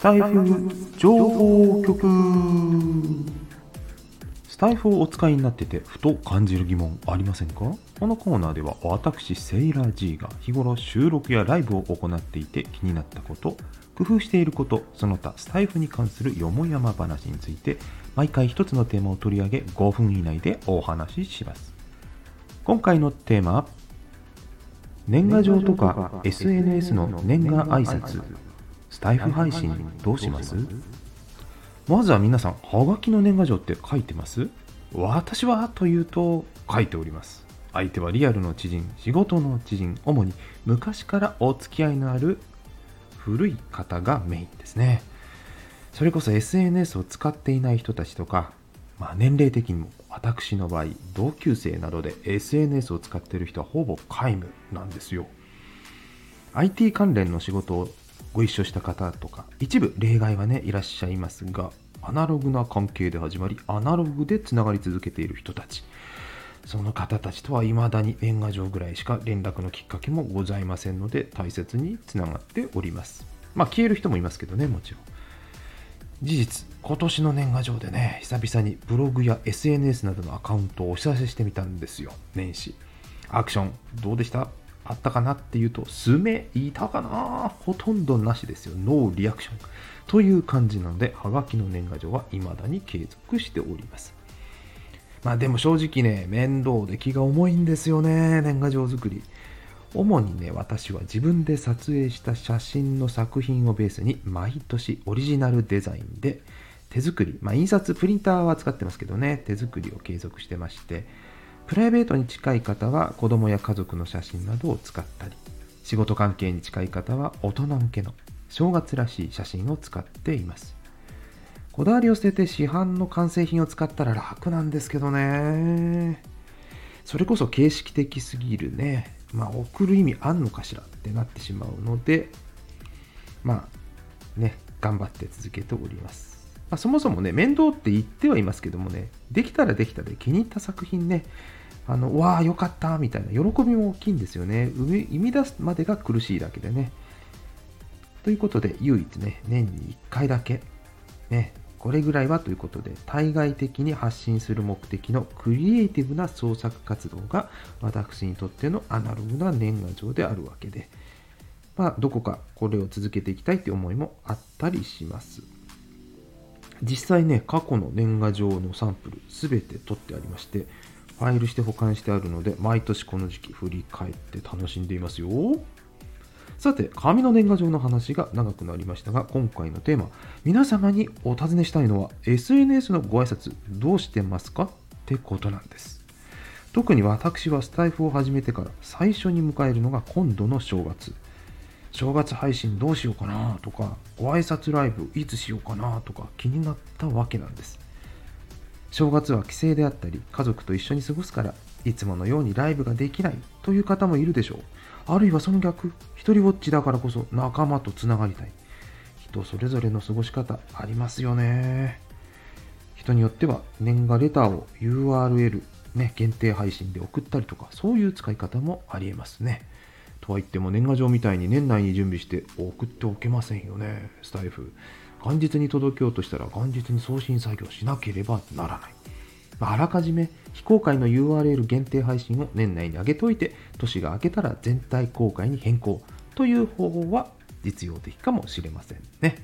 タイフ情報局。スタイフをお使いになっててふと感じる疑問ありませんか？このコーナーでは私セイラー G が日頃収録やライブを行っていて気になったこと、工夫していること、その他スタイフに関するよもやま話について毎回一つのテーマを取り上げ5分以内でお話しします。今回のテーマは年賀状とか SNS の年賀挨拶、スタイフ配信どうします？まずは皆さん、はがきの年賀状って書いてます？私はというと書いております。相手はリアルの知人、仕事の知人、主に昔からお付き合いのある古い方がメインですね。それこそ SNS を使っていない人たちとか、年齢的にも私の場合同級生などで SNS を使っている人はほぼ皆無なんですよ。 IT 関連の仕事をご一緒した方とか一部例外はねいらっしゃいますが、アナログな関係で始まりアナログでつながり続けている人たち、その方たちとは未だに年賀状ぐらいしか連絡のきっかけもございませんので大切につながっております。消える人もいますけどね、もちろん。事実、今年の年賀状でね、久々にブログや SNS などのアカウントをお知らせしてみたんですよ、年始。アクションどうでした？あったかなっていうと、数名いたかな？ほとんどなしですよ。ノーリアクションという感じなので、はがきの年賀状は未だに継続しております。でも正直ね、面倒で気が重いんですよね、年賀状作り。主にね、私は自分で撮影した写真の作品をベースに毎年オリジナルデザインで手作り、印刷プリンターは使ってますけどね、手作りを継続してまして、プライベートに近い方は子供や家族の写真などを使ったり、仕事関係に近い方は大人向けの正月らしい写真を使っています。こだわりを捨てて市販の完成品を使ったら楽なんですけどね。それこそ形式的すぎるね。送る意味あんのかしらってなってしまうので、頑張って続けております。そもそもね、面倒って言ってはいますけどもね、できたらできたで気に入った作品ね、わあよかったみたいな喜びも大きいんですよね。生み出すまでが苦しいだけでね。ということで、唯一ね、年に1回だけ、ね、これぐらいはということで、対外的に発信する目的のクリエイティブな創作活動が私にとってのアナログな年賀状であるわけで、どこかこれを続けていきたいという思いもあったりします。実際ね、過去の年賀状のサンプルすべて取ってありまして、ファイルして保管してあるので、毎年この時期振り返って楽しんでいますよ。さて、紙の年賀状の話が長くなりましたが、今回のテーマ、皆様にお尋ねしたいのは SNS のご挨拶どうしてますかってことなんです。特に私はスタイフを始めてから最初に迎えるのが今度の正月。正月配信どうしようかなとか、ご挨拶ライブいつしようかなとか気になったわけなんです。正月は帰省であったり家族と一緒に過ごすからいつものようにライブができないという方もいるでしょう。あるいはその逆、一人ぼっちだからこそ仲間とつながりたい。人それぞれの過ごし方ありますよね。人によっては年賀レターを URL、限定配信で送ったりとか、そういう使い方もありえますね。とは言っても年賀状みたいに年内に準備して送っておけませんよね。スタイフ元日に届けようとしたら元日に送信作業しなければならない。あらかじめ非公開の URL 限定配信を年内に上げておいて、年が明けたら全体公開に変更という方法は実用的かもしれませんね。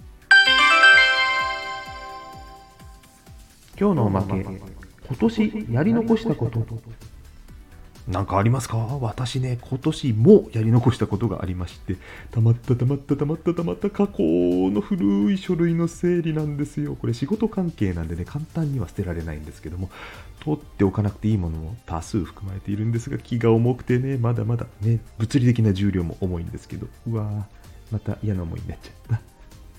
今日のおまけ、今年やり残したことなんかありますか？私ね、今年もやり残したことがありまして、たまった過去の古い書類の整理なんですよ。これ仕事関係なんでね、簡単には捨てられないんですけども、取っておかなくていいものも多数含まれているんですが、気が重くてね、まだまだね、物理的な重量も重いんですけど、また嫌な思いになっちゃった。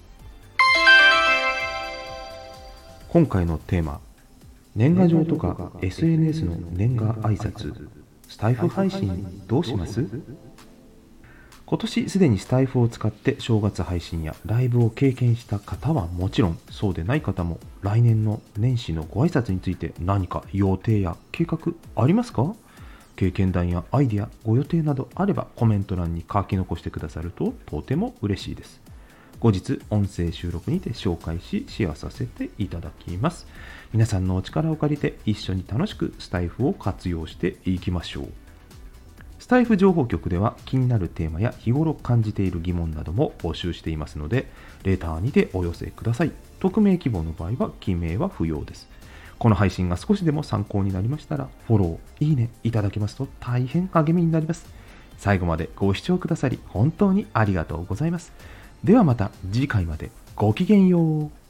今回のテーマ、年賀状とか SNS の年賀挨拶、スタイフ配信どうします？今年すでにスタイフを使って正月配信やライブを経験した方はもちろん、そうでない方も来年の年始のご挨拶について何か予定や計画ありますか？経験談やアイデア、ご予定などあればコメント欄に書き残してくださるととても嬉しいです。 後日音声収録にて紹介しシェアさせていただきます。皆さんのお力を借りて一緒に楽しくスタイフを活用していきましょう。スタイフ情報局では気になるテーマや日頃感じている疑問なども募集していますので、レターにてお寄せください。匿名希望の場合は記名は不要です。この配信が少しでも参考になりましたら、フォロー、いいねいただけますと大変励みになります。最後までご視聴くださり本当にありがとうございます。ではまた次回までごきげんよう。